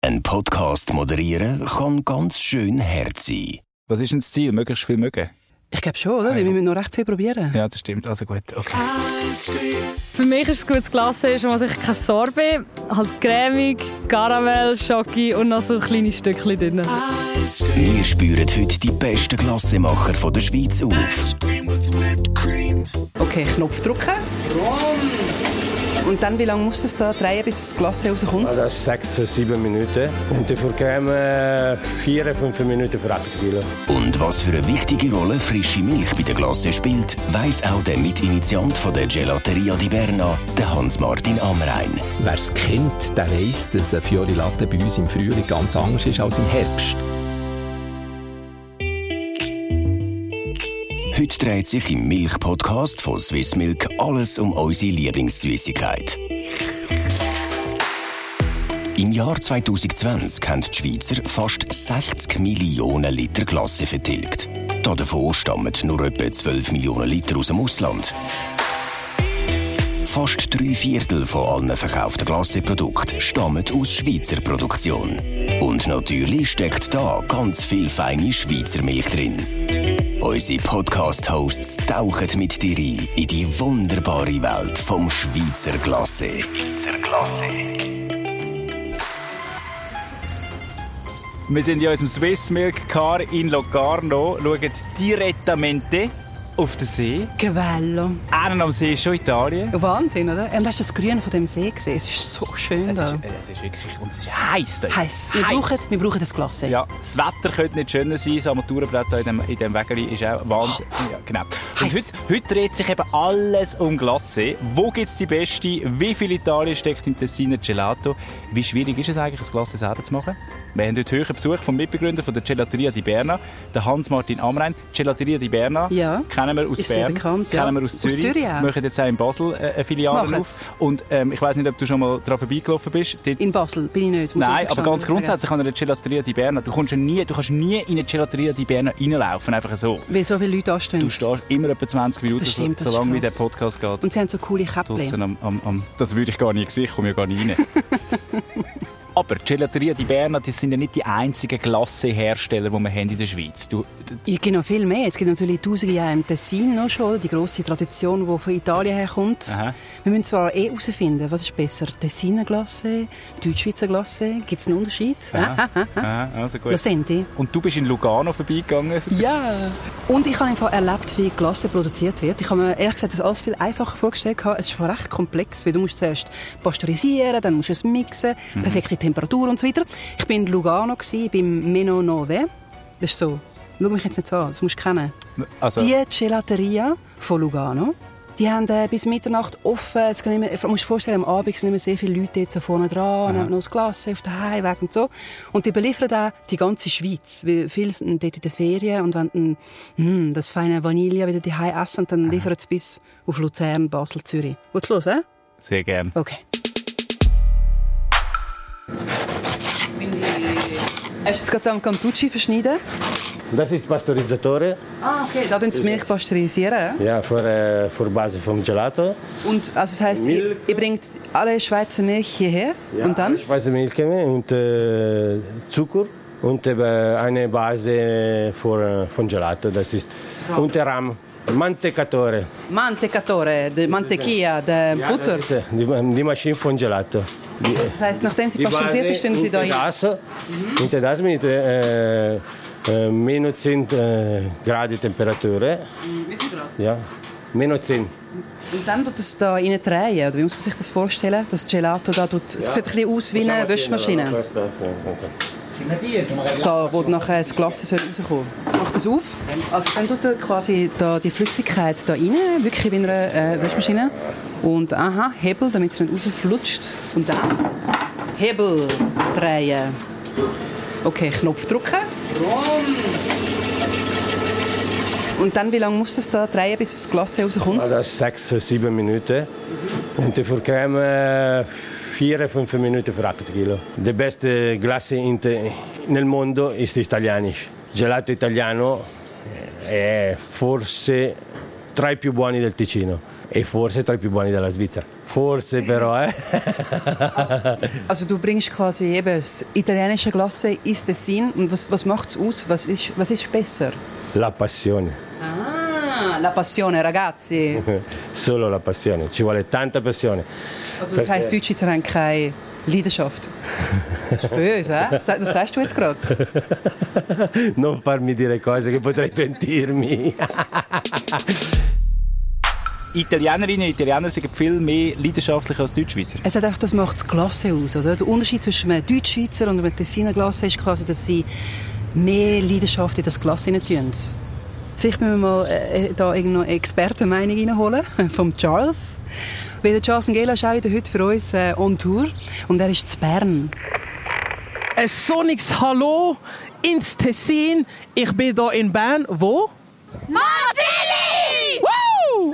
Ein Podcast moderieren kann ganz schön hart sein. Was ist denn das Ziel? Möglichst viel mögen? Ich glaube schon, oder? Weil wir müssen noch recht viel probieren. Ja, das stimmt. Also gut, okay. Für mich ist es gutes Glacé schon mal sicher kein Sorbet. Halt cremig, Karamell, Schoki und noch so kleine Stückchen drin. Wir spüren heute die besten Glacémacher von der Schweiz auf. Okay, Knopf drücken. Und dann, wie lange muss es da drehen, bis das Glacé rauskommt? Also 6-7 Minuten. Und für Creme 4-5 Minuten für 8 Kilo. Und was für eine wichtige Rolle frische Milch bei der Glace spielt, weiss auch der Mitinitiant von der Gelateria di Berna, der Hans-Martin Amrein. Wer es kennt, der weiss, dass eine Fiori Latte bei uns im Frühling ganz anders ist als im Herbst. Heute dreht sich im Milch-Podcast von Swiss Milk alles um unsere Lieblingssüßigkeit. Im Jahr 2020 haben die Schweizer fast 60 Millionen Liter Glace vertilgt. Davon stammen nur etwa 12 Millionen Liter aus dem Ausland. Fast 3/4 von allen verkauften Glacéprodukten stammen aus Schweizer Produktion. Und natürlich steckt da ganz viel feine Schweizer Milch drin. Unsere Podcast-Hosts tauchen mit dir ein in die wunderbare Welt vom Schweizer Glacé. Wir sind in unserem Swiss Milk Car in Locarno, schauen direttamente auf den See. Che bello. Einen am See, schon Italien. Wahnsinn, oder? Und hast du das Grün von dem See gesehen? Es ist so schön da. Es ist wirklich, und es ist heiß. Heiß. Wir brauchen das Glacé. Ja, das Wetter könnte nicht schöner sein. Das Armaturenbrett in diesem Wägeli ist auch Wahnsinn. Ja, genau. Und heute dreht sich eben alles um Glacé. Wo gibt es die beste? Wie viel Italien steckt im Tessiner Gelato? Wie schwierig ist es eigentlich, ein Glacé selber zu machen? Wir haben heute hohen Besuch vom Mitbegründer von der Gelateria di Berna, der Hans-Martin Amrein. Gelateria di Berna kennen wir aus Bern, bekannt, kennen wir aus Zürich. Ja. Wir machen jetzt auch in Basel eine Filiale auf. Und ich weiss nicht, ob du schon mal daran vorbeigelaufen bist. In Basel bin ich nicht. Nein, aber ganz grundsätzlich an einer Gelateria di Berna. Du kannst nie in eine Gelateria di Berna reinlaufen, einfach so. Weil so viele Leute anstehen. Du stehst immer etwa 20 Minuten, das stimmt, so lange wie der Podcast geht. Und sie haben so coole Käppchen. Das würde ich gar nicht sehen, ich komme ja gar nicht rein. Aber die Gelateria di Berna, das sind ja nicht die einzigen Glacé-Hersteller, die wir haben in der Schweiz. Es gibt noch viel mehr. Es gibt natürlich tausende Jahre im Tessin noch schon, die grosse Tradition, die von Italien herkommt. Aha. Wir müssen zwar herausfinden, was ist besser, Tessiner Glacé, Deutschschweizer Glacé. Gibt es einen Unterschied? Also gut. Lo senti? Und du bist in Lugano vorbeigegangen? Ja! Und ich habe einfach erlebt, wie Glacé produziert wird. Ich habe mir ehrlich gesagt das alles viel einfacher vorgestellt. Es ist schon recht komplex, weil du musst zuerst pasteurisieren, dann musst du es mixen, perfekte Temperatur und so weiter. Ich war in Lugano, beim Meno Nove. Das ist so. Schau mich jetzt nicht so an, das musst du kennen. Also. Die Gelateria von Lugano, die haben bis Mitternacht offen. Jetzt kann ich mir, musst dir vorstellen, am Abend sind immer sehr viele Leute jetzt vorne dran, haben noch das Glas auf den Heimweg und so. Und die beliefern auch die ganze Schweiz. Weil viele sind dort in den Ferien und wollen das feine Vanille wieder die Heim essen und dann liefern sie bis auf Luzern, Basel, Zürich. Willst du los, eh? Sehr gerne. Okay. Hast du jetzt gerade Cantucci verschneiden? Das ist Pasteurisatore. Ah, okay. Da tun sie Milch pasteurisieren. Ja, für Basis vom Gelato. Und also das heisst, ihr bringt alle Schweizer Milch hierher? Ja, und dann? Schweizer Milch und Zucker und eine Base von Gelato. Das ist unter anderem Mantecatore. Mantecatore, die Mantequilla, die Butter. Die Maschine von Gelato. Das heisst, nachdem sie pasteurisiert ist, stehen sie da hin. Unter das mit minus 10 Grad Temperatur. Wie viel Grad? Ja, minus 10. Und dann tut es da rein drehen, oder wie muss man sich das vorstellen? Das Gelato da tut, es sieht ein bisschen aus wie eine Wäschmaschine. Da, wo nachher das Glas rauskommen. Jetzt macht das auf. Also dann tut er quasi da die Flüssigkeit da rein, wirklich wie in einer Wäschmaschine. Und Hebel, damit es nicht rausflutscht. Und dann Hebel drehen. Okay, Knopf drücken. Und dann, wie lange muss das da drehen, bis das Glas rauskommt? Also 6-7 Minuten. Und für Creme 4-5 Minuten für 8 Kilo. Die beste Glace nel mondo ist italienisch. Gelato italiano è forse tra i più buoni del Ticino e forse tra i più buoni della Svizzera. Forse però, Also du bringst quasi eben das italienische Glace ins Tessin. Und was macht es aus? Was ist besser? La passione. Ah, la passione, ragazzi. Solo la passione, ci vuole tanta passione. Also das heisst, Deutschschweizer haben keine Leidenschaft. Das ist böse, eh? Das sagst du jetzt gerade. Non farmi dire cose che potrei pentirmi. Italienerinnen und Italiener sind viel mehr leidenschaftlich als Deutschschweizer. Es hat einfach, das macht das Glace aus, oder? Der Unterschied zwischen einem Deutschschweizer und einem Tessiner Glace ist quasi, dass sie mehr Leidenschaft in das Glace tun. Vielleicht müssen wir mal da irgendeine Expertenmeinung reinholen vom Charles. Weil der Charles Ngela ist auch wieder heute für uns on Tour und er ist zu Bern. Ein sonniges Hallo ins Tessin. Ich bin hier in Bern. Wo? Marzili! Woo!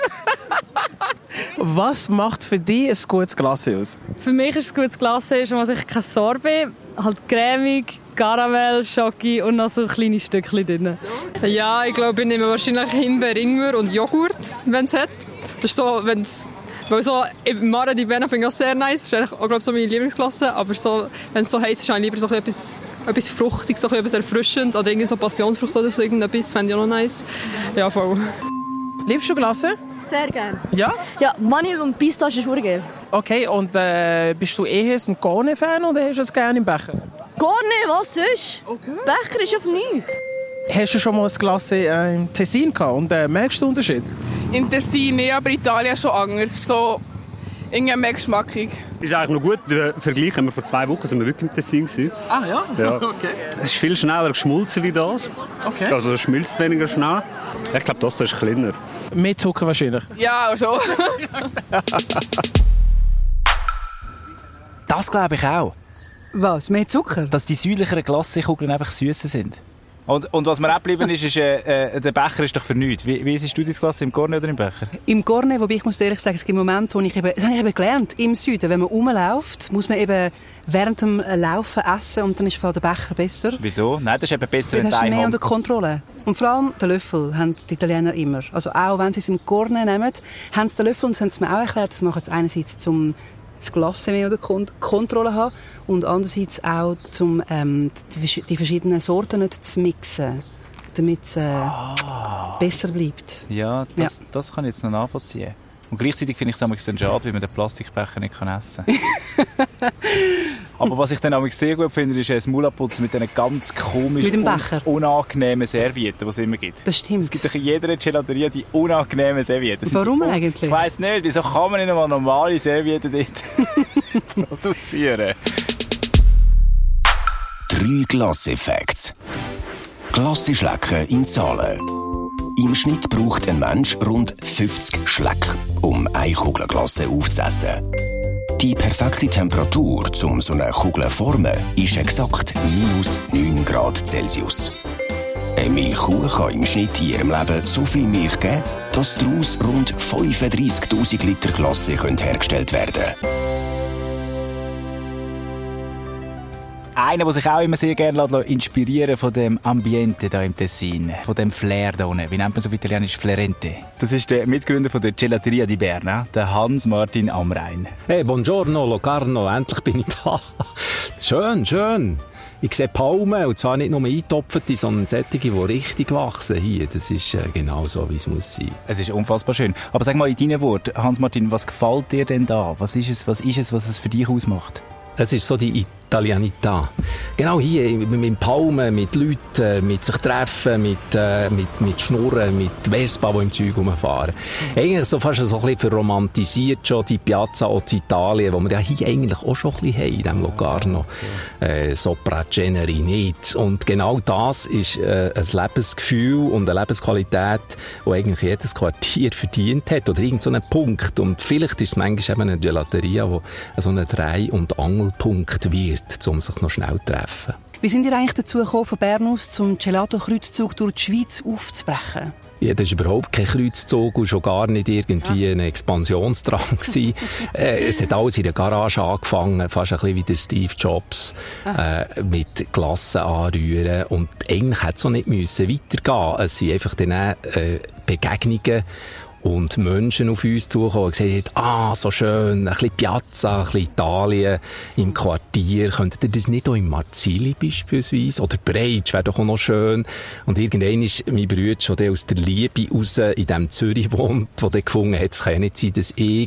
Was macht für dich ein gutes Glace aus? Für mich ist ein gutes Glace schon mal sicher kein Sorbet, halt cremig, Karamell, Schoki und noch so kleine Stückchen drin. Ja, ich glaube, ich nehme wahrscheinlich Himbeer, Ingwer und Joghurt, wenn es hat. Das ist so, weil so Mare di Berne finde ich auch sehr nice. Das ist eigentlich auch, glaube ich, so meine Lieblingsklasse. Aber so, wenn es so heiß ist, habe ich lieber so etwas Fruchtiges, so etwas Erfrischendes. Oder irgendwie so Passionsfrucht oder so irgendetwas, fände ich auch noch nice. Ja, voll. Liebst du Glace? Sehr gerne. Ja? Ja, Vanille und Pistache ist sehr geil. Okay, und bist du eher ein Corne-Fan oder hast du es gerne im Becher? Corne, was sonst? Okay. Becher ist auf nichts. Hast du schon mal ein Glace im Tessin gehabt und merkst du den Unterschied? In Tessin, nee, aber Italien schon anders. So irgendwie mehr geschmackig. Ist eigentlich noch gut. Der Vergleich haben wir vor 2 Wochen sind wir wirklich im Tessin gewesen. Ah ja? Ja. Okay. Es ist viel schneller geschmolzen wie das. Okay. Also es schmilzt weniger schnell. Ich glaube, das ist kleiner. Mehr Zucker wahrscheinlich. Ja, schon. Das glaube ich auch. Was? Mehr Zucker? Dass die südlicheren Glacekugeln einfach süsser sind. Und was mir auch geblieben ist der Becher ist doch für nichts. Wie siehst du das Glace, im Corne oder im Becher? Im Corne, wobei ich muss ehrlich sagen, es gibt Momente, wo das habe ich eben gelernt, im Süden, wenn man rumläuft, muss man eben während dem Laufen essen und dann ist vor der Becher besser. Wieso? Nein, das ist eben besser Dann als hast du eine mehr Hand. unter Kontrolle. Und vor allem den Löffel haben die Italiener immer. Also auch wenn sie es im Corne nehmen, haben sie den Löffel, und das haben sie mir auch erklärt, das machen sie einerseits zum das Glace mehr unter Kontrolle haben und andererseits auch zum die verschiedenen Sorten nicht zu mixen, damit es besser bleibt. Ja, das kann ich jetzt noch nachvollziehen. Und gleichzeitig finde ich es dann schade, weil man den Plastikbecher nicht essen kann. Aber was ich dann auch sehr gut finde, ist das Mulaputzen mit diesen ganz komischen, unangenehmen Servietten, die es immer gibt. Das stimmt. Es gibt doch in jeder Gelateria die unangenehmen Servietten. Warum eigentlich? Ich weiss nicht, wieso kann man nicht einmal normale Servietten dort produzieren? 3 Glace-Facts. Glace schlecken in Zahlen. Im Schnitt braucht ein Mensch rund 50 Schleck, um eine Kugel Glace aufzuessen. Die perfekte Temperatur, um so eine Kugel zu formen, ist exakt -9 Grad Celsius. Eine Milchkuh kann im Schnitt in ihrem Leben so viel Milch geben, dass daraus rund 35'000 Liter Glace hergestellt werden können. Einer, der sich auch immer sehr gerne inspirieren von dem Ambiente hier im Tessin, von dem Flair da unten. Wie nennt man es auf Italienisch? Flerente. Das ist der Mitgründer von der Gelateria di Berna, der Hans-Martin Amrein. Hey, buongiorno, Locarno, endlich bin ich da. Schön, schön. Ich sehe Palmen, und zwar nicht nur eintopfete, sondern solche, die richtig wachsen hier. Das ist genau so, wie es muss sein. Es ist unfassbar schön. Aber sag mal in deinen Worten, Hans-Martin, was gefällt dir denn da? Was ist es, was es für dich ausmacht? Es ist so die Italianità. Genau hier, mit Palmen, mit Leuten, mit sich treffen, mit Schnurren, mit Vespa, die im Zeug rumfahren. Eigentlich so fast so ein bisschen verromantisiert schon die Piazza Italien, wo wir ja hier eigentlich auch schon ein bisschen haben, in diesem Locarno. Sopra Ceneri nicht. Und genau das ist ein Lebensgefühl und eine Lebensqualität, die eigentlich jedes Quartier verdient hat. Oder irgend so einen Punkt. Und vielleicht ist es manchmal eben eine Gelateria, die so ein Dreh- und Angelpunkt wird, um sich noch schnell zu treffen. Wie sind ihr eigentlich dazu gekommen, von Bern aus zum Gelato-Kreuzzug durch die Schweiz aufzubrechen? Ja, das war überhaupt kein Kreuzzug und schon gar nicht irgendwie ein Expansionsdrang gewesen. Es hat alles in der Garage angefangen, fast ein bisschen wie der Steve Jobs, mit Glassen anrühren. Und eigentlich hätte es auch nicht müssen weitergehen. Es sind einfach dann Begegnungen und Menschen auf uns zukommen und gesagt haben, so schön, ein bisschen Piazza, ein bisschen Italien im Quartier. Könntet ihr das nicht auch im Marzili beispielsweise? Oder Breitsch wäre doch auch noch schön. Und irgendwann ist mein Bruder schon aus der Liebe raus in dem Zürich wohnt, wo der gefunden hat, es kann nicht sein, dass ich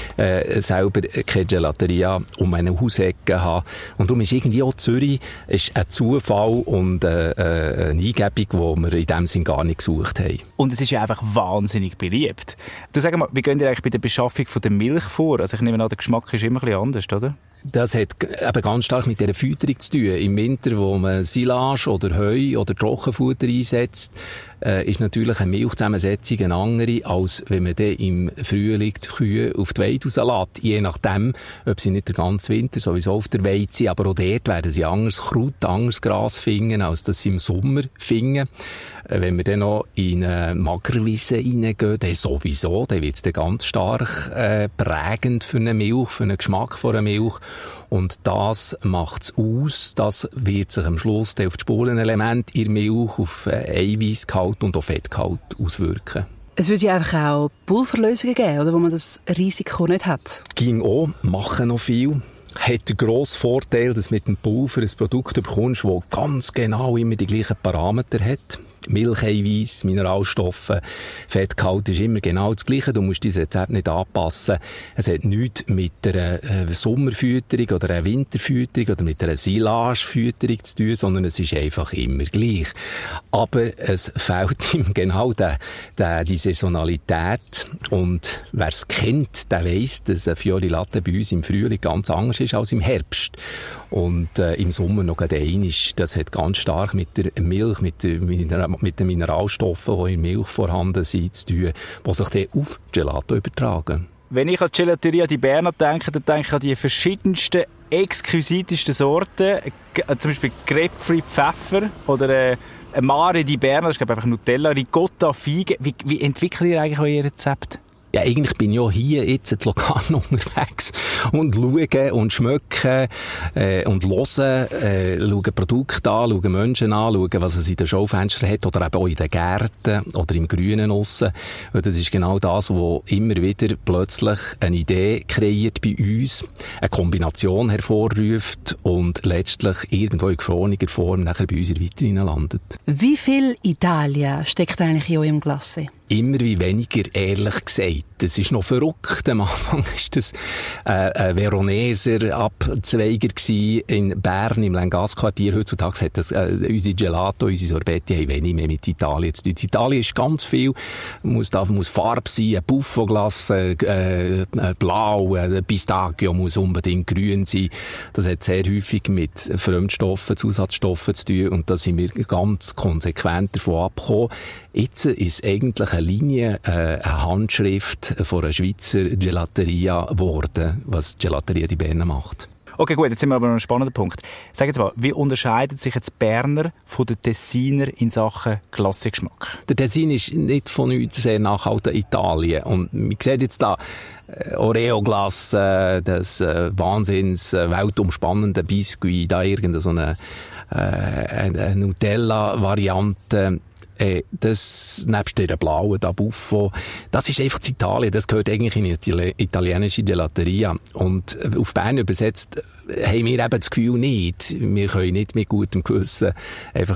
selber keine Gelateria um eine Hausecke habe. Und darum ist irgendwie auch Zürich ist ein Zufall und eine Eingebung, die wir in dem Sinn gar nicht gesucht haben. Und es ist ja einfach wahnsinnig beliebt. Du, sag mal, wie geht ihr eigentlich bei der Beschaffung von der Milch vor? Also ich nehme an, der Geschmack ist immer ein bisschen anders, oder? Das hat eben ganz stark mit dieser Fütterung zu tun. Im Winter, wo man Silage oder Heu oder Trockenfutter einsetzt, ist natürlich eine Milchzusammensetzung eine andere, als wenn man dann im Frühling die Kühe auf die Weide rauslässt. Je nachdem, ob sie nicht den ganzen Winter sowieso auf der Weide sind, aber auch dort werden sie anderes Kraut, anderes Gras finden, als das sie im Sommer finden. Wenn wir dann noch in eine Magerwiese reingehen, dann sowieso, dann wird es dann ganz stark prägend für eine Milch, für den Geschmack von einer Milch. Und das macht's aus. Das wird sich am Schluss auf die Spurenelemente in der Milch, auf Eiweißgehalt und auf Fettgehalt auswirken. Es würde ja einfach auch Pulverlösungen geben, oder, wo man das Risiko nicht hat. Ging auch, machen noch viel. Hat den grossen Vorteil, dass mit dem Pulver ein Produkt bekommst, das ganz genau immer die gleichen Parameter hat. Milcheiweiß, Mineralstoffe, Fettgehalt ist immer genau das Gleiche. Du musst dein Rezept nicht anpassen. Es hat nichts mit einer Sommerfütterung oder einer Winterfütterung oder mit einer Silagefütterung zu tun, sondern es ist einfach immer gleich. Aber es fehlt ihm genau die Saisonalität. Und wer es kennt, der weiss, dass eine Fiori Latte bei uns im Frühling ganz anders ist als im Herbst. Und im Sommer noch einmal. Das hat ganz stark mit der Milch, mit den Mineralstoffen, die in Milch vorhanden sind, zu tun, die sich dann auf Gelato übertragen. Wenn ich an die Gelateria di Berna denke, dann denke ich an die verschiedensten, exquisitesten Sorten. Zum Beispiel Grapefruit Pfeffer oder Mare di Berna, das ist glaube ich einfach Nutella, Ricotta, Feige. Wie entwickelt ihr eigentlich euer Rezept? Ja, eigentlich bin ich ja hier jetzt in Locarno unterwegs und schaue und schmecken und hören, schaue Produkte an, schaue Menschen an, schaue, was es in den Schaufenstern hat oder eben auch in den Gärten oder im Grünen aussen. Das ist genau das, was immer wieder plötzlich eine Idee kreiert bei uns, eine Kombination hervorruft und letztlich irgendwo in gefrorener Form nachher bei uns in der Vitrine landet. Wie viel Italia steckt eigentlich in eurem Glacé? Immer wie weniger, ehrlich gesagt. Es ist noch verrückt. Am Anfang ist das ein Veroneser Abzweiger in Bern, im Lengas-Quartier. Heutzutage hat das unsere Gelato, unsere Sorbetti haben wenig mehr mit Italien zu tun. Italien ist ganz viel. Muss Farbe sein, ein Buffoglas, blau, ein Pistachio muss unbedingt grün sein. Das hat sehr häufig mit Fremdstoffen, Zusatzstoffen zu tun. Und da sind wir ganz konsequent davon abgekommen. Jetzt ist eigentlich eine Linie, eine Handschrift von einer Schweizer Gelateria geworden, was Gelateria di Berna macht. Okay, gut, jetzt sind wir aber noch einen spannenden Punkt. Sag jetzt mal, wie unterscheidet sich jetzt Berner von den Tessiner in Sachen Klassikgeschmack? Der Tessin ist nicht von uns sehr nachhaltig Italien. Und man sieht jetzt da Oreo-Glas, das wahnsinns weltumspannende Biscuit, da irgendeine eine Nutella-Variante. Das, nebst der blauen, da Buffo, das ist einfach Italien, das gehört eigentlich in die italienische Gelateria. Und auf Bern übersetzt haben wir eben das Gefühl nicht. Wir können nicht mit gutem Gewissen einfach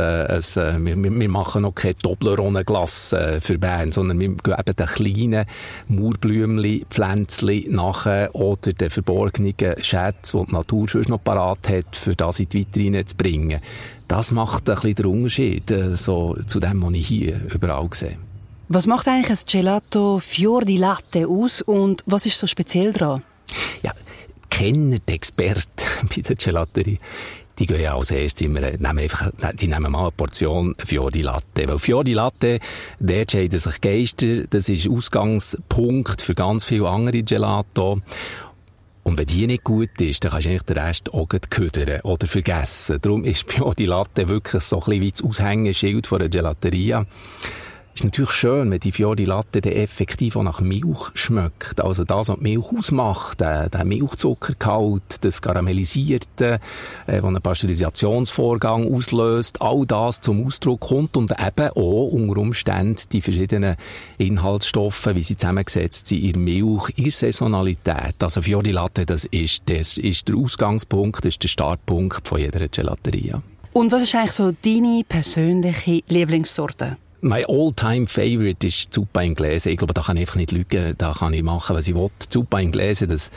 wir machen noch kein Toblerone-Glas für Bern, sondern wir geben den kleinen Mauerblümchen, Pflänzchen nachher oder den verborgenen Schätz, den die Natur schon noch parat hat, für das in die Vitrine zu bringen. Das macht ein bisschen den Unterschied so zu dem, was ich hier überall sehe. Was macht eigentlich ein Gelato Fior di Latte aus und was ist so speziell daran? Ja, Kenner, die Experten bei der Gelaterie, die gehen ja als erstes immer, die nehmen mal eine Portion Fior di Latte. Weil Fior di Latte, der entscheiden sich Geister, das ist Ausgangspunkt für ganz viele andere Gelato. Und wenn die nicht gut ist, dann kannst du eigentlich den Rest auch ködern oder vergessen. Darum ist Fior di Latte wirklich so ein bisschen wie das Aushängeschild von der Gelateria. ist natürlich schön, wenn die Fior di Latte dann effektiv auch nach Milch schmeckt. Also das, was die Milch ausmacht, der Milchzuckergehalt, das Karamellisierte, das einen Pasteurisationsvorgang auslöst, all das zum Ausdruck kommt und eben auch unter Umständen die verschiedenen Inhaltsstoffe, wie sie zusammengesetzt sind, in Milch, in Saisonalität. Also Fior di Latte, das ist der Ausgangspunkt, das ist der Startpunkt von jeder Gelateria. Und was ist eigentlich so deine persönliche Lieblingssorte? Mein all-time-favorite ist Zuppa Inglese. Ich glaube, da kann ich einfach nicht lügen. Da kann ich machen, was ich will. Zuppa Inglese, das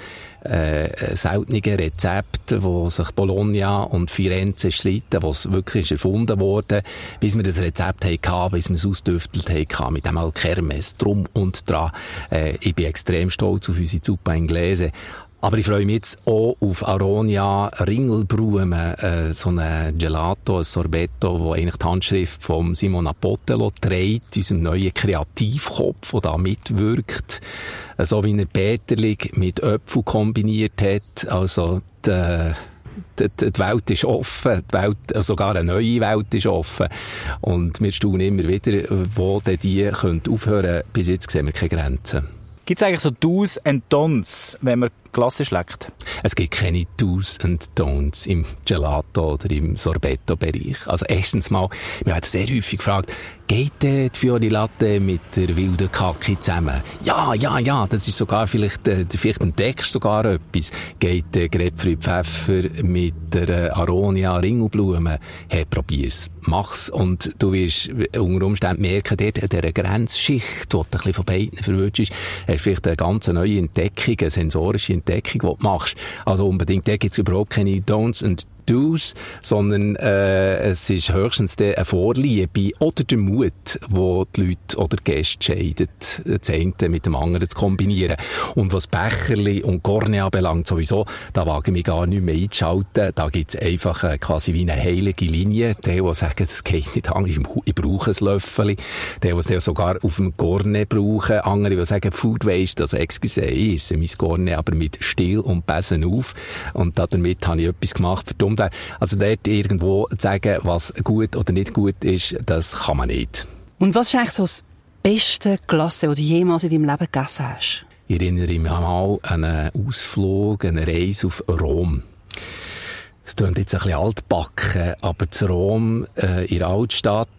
seltene Rezept, wo sich Bologna und Firenze streiten, wo es wirklich ist erfunden wurde, bis wir das Rezept hatten, bis wir es ausdüftelt haben, mit dem Alkermes, drum und dran. Ich bin extrem stolz auf unsere Zuppa Inglese. Aber ich freue mich jetzt auch auf Aronia Ringelblumen, so ein Gelato, ein Sorbetto, wo eigentlich die Handschrift von Simon Apotello trägt, unserem neuen Kreativkopf, der da mitwirkt. So wie er Peterlig mit Äpfel kombiniert hat. Also die Welt ist offen, die Welt, sogar eine neue Welt ist offen. Und wir staunen immer wieder, wo denn die aufhören können. Bis jetzt sehen wir keine Grenzen. Gibt es eigentlich so Do's and Don'ts, wenn man Glasse schlägt? Es gibt keine Do's and Don'ts im Gelato oder im Sorbetto-Bereich. Also erstens mal, wir werden sehr häufig gefragt, geht die Fior di Latte mit der wilden Kaki zusammen? Ja, das ist sogar vielleicht entdeckst sogar etwas. Geht der Grapefruit-Pfeffer mit der Aronia Ringelblume? Hey, probier's. Mach's. Und du wirst unter Umständen merken, dort an dieser Grenzschicht, die du ein bisschen von beiden verwirrst, hast du vielleicht eine ganz neue Entdeckung, eine sensorische Entdeckung, die du machst. Also unbedingt, da gibt's überhaupt keine Don'ts und Do's, sondern es ist höchstens eine Vorliebe oder der Mut, wo die Leute oder die Gäste scheidet, das eine mit dem anderen zu kombinieren. Und was Becherli und Corne anbelangt, sowieso, da wage ich mich gar nicht mehr einzuschalten. Da gibt's einfach quasi wie eine heilige Linie. Die sagen, das geht nicht anders, ich brauche ein Löffel. Die es sogar auf dem Corne brauchen. Andere, die sagen, Food Waste, also excuse, ich esse mein Corne aber mit Stiel und Besen auf. Und damit habe ich etwas gemacht, verdammt. Also dort irgendwo zu sagen, was gut oder nicht gut ist, das kann man nicht. Und was ist eigentlich so das beste Glasse, das du jemals in deinem Leben gegessen hast? Ich erinnere mich mal an einen Ausflug, eine Reise auf Rom. Das klingt jetzt ein bisschen altbacken, aber zu Rom, in der Altstadt,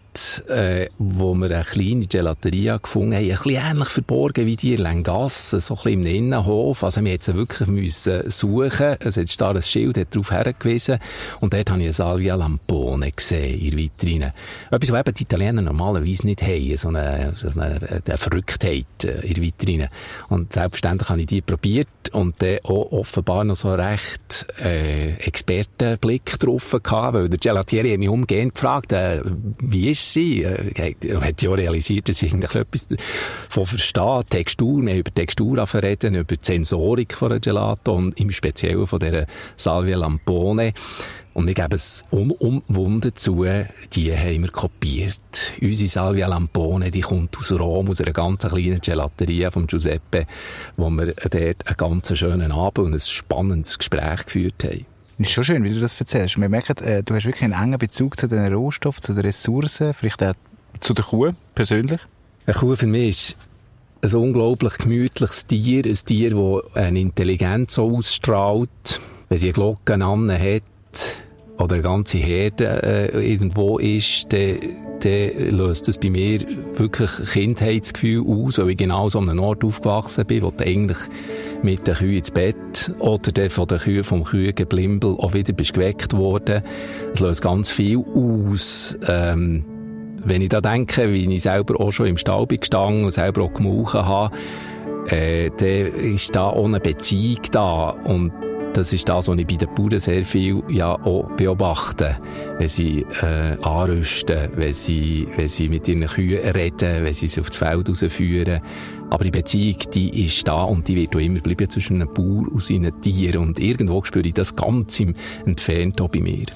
wo wir eine kleine Gelateria gefunden haben, ein bisschen ähnlich verborgen wie die Lengasse, so ein bisschen im Innenhof. Also wir mussten wirklich müssen suchen. Es hat da ein Schild, hat darauf hergewiesen. Und dort habe ich eine Salvia Lampone gesehen, in der Vitrine. Etwas, was eben die Italiener normalerweise nicht haben, so eine Verrücktheit in der Vitrine. Und selbstverständlich habe ich die probiert und dann auch offenbar noch so recht Expertenblick drauf gehabt, weil der Gelatieri hat mich umgehend gefragt, wie ist sie? Er hat ja realisiert, dass ich eigentlich etwas von verstehe. Textur, wir haben über Textur reden, über die Sensorik von der Gelato und im Speziellen von dieser Salvia Lampone. Und wir geben es unumwunden zu, die haben wir kopiert. Unsere Salvia Lampone, die kommt aus Rom, aus einer ganz kleinen Gelateria von Giuseppe, wo wir dort einen ganz schönen Abend und ein spannendes Gespräch geführt haben. Das ist schon schön, wie du das erzählst. Wir merken, du hast wirklich einen engen Bezug zu den Rohstoffen, zu den Ressourcen, vielleicht auch zu der Kuh persönlich. Eine Kuh für mich ist ein unglaublich gemütliches Tier, ein Tier, das eine Intelligenz ausstrahlt. Wenn sie eine Glocke an hat oder eine ganze Herde irgendwo ist, dann löst das bei mir wirklich Kindheitsgefühl aus, weil ich genau so an einem Ort aufgewachsen bin, wo du eigentlich mit den Kühen ins Bett oder der von den Kühen vom Kühengeblimbel auch wieder bist geweckt worden. Es löst ganz viel aus. Wenn ich da denke, wie ich selber auch schon im Stall bin gestanden und selber auch gemauchen habe, dann ist da auch eine Beziehung da. Und das ist das, was ich bei den Bauern sehr viel ja auch beobachte. Wenn sie anrüsten, wenn sie mit ihren Kühen reden, wenn sie sie aufs Feld rausführen. Aber die Beziehung, die ist da und die wird auch immer bleiben zwischen einem Bauer und seinen Tieren. Und irgendwo spüre ich das ganz im Entfernt auch bei mir.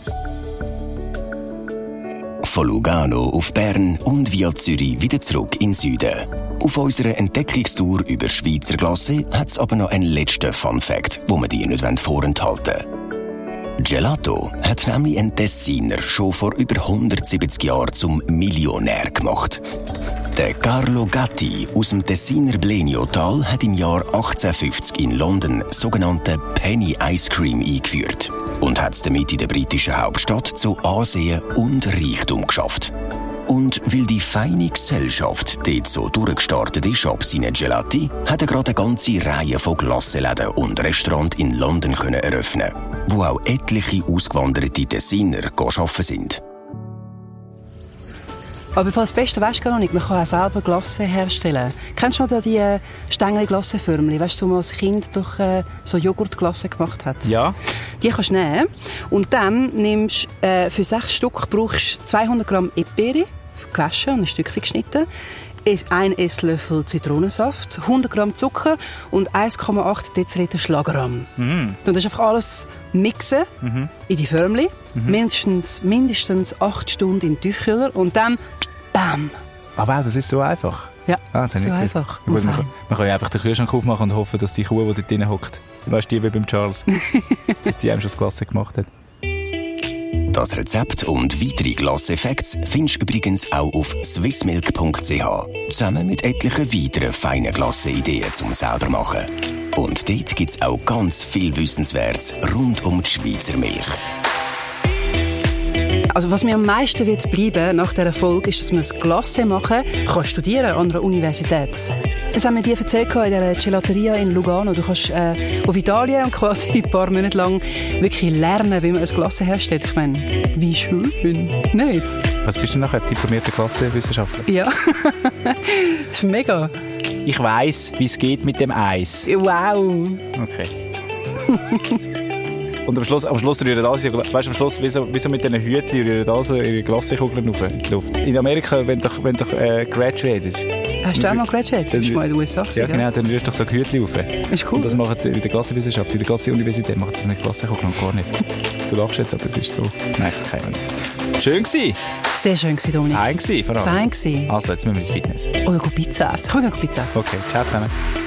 Von Lugano auf Bern und via Zürich wieder zurück in den Süden. Auf unserer Entdeckungstour über Schweizer Glasse hat es aber noch einen letzten Fun-Fact, den wir dir nicht vorenthalten wollen. Gelato hat nämlich ein Tessiner schon vor über 170 Jahren zum Millionär gemacht. Der Carlo Gatti aus dem Tessiner Blenio-Tal hat im Jahr 1850 in London sogenannte Penny Ice Cream eingeführt und hat es damit in der britischen Hauptstadt zu Ansehen und Reichtum geschafft. Und weil die feine Gesellschaft dort so durchgestartet ist ab seinen Gelati, hat er gerade eine ganze Reihe von Glasseläden und Restaurants in London können eröffnen, wo auch etliche ausgewanderte Tessiner arbeiten sind. Aber das Beste weisst du gar noch nicht. Man kann auch selber Glasse herstellen. Kennst du noch die Stängel-Glasse-Förmchen? Weißt du, wo man als Kind doch so Joghurtglasse gemacht hat? Ja. Die kannst du nehmen. Und dann nimmst für 6 Stück brauchst du 200 Gramm Eperi, gewaschen und ein Stückchen geschnitten, 1 Esslöffel Zitronensaft, 100 Gramm Zucker und 1,8 Deziliter Schlagrahm. Du musst einfach alles mixen in die Förmchen. Mindestens 8 Stunden in den Tiefkühler und dann BAM! Aber das ist so einfach. Ja, das so einfach. Gut, man kann ja einfach den Kühlschrank aufmachen und hoffen, dass die Kuh, die dort drin hockt, weißt du, wie beim Charles, dass die einem schon das Glas gemacht hat. Das Rezept und weitere Glasseffekte findest du übrigens auch auf swissmilk.ch, zusammen mit etlichen weiteren feinen Glasseideen zum selber machen. Und dort gibt es auch ganz viel Wissenswertes rund um die Schweizer Milch. Also was mir am meisten wird bleiben nach dieser Folge, ist, dass man das Glasse machen kann studieren an einer Universität. Das haben wir dir erzählt in dieser Gelateria in Lugano. Du kannst auf Italien und quasi ein paar Monate lang wirklich lernen, wie man ein Glasse herstellt. Ich meine, wie schön, nicht? Was bist du nachher, diplomierter Glassewissenschaftler? Ja, das ist mega. Ich weiss, wie es geht mit dem Eis. Wow. Okay. Und am Schluss rühren alle, weißt du, am Schluss, wie so mit diesen Hütchen, rühren alle ihre Glassekugeln auf in die Luft. In Amerika, wenn du graduatest. Hast du auch mal graduated? Das ist mal in den USA. Ja, genau, dann rührst du doch so Hütchen auf. Ist cool. Und das machen sie in der Glassewissenschaft, in der Glasse-Universität machen sie das mit Glassekugeln und gar nicht. Du lachst jetzt, aber es ist so. Nein, keine Ahnung. Schön gewesen. Sehr schön gewesen, Dominik. Fein gewesen, vor allem. Fein gewesen. Also, jetzt müssen wir ins Fitness. Oder Pizza essen. Komm, wir gehen Pizza essen. Okay, ciao zusammen.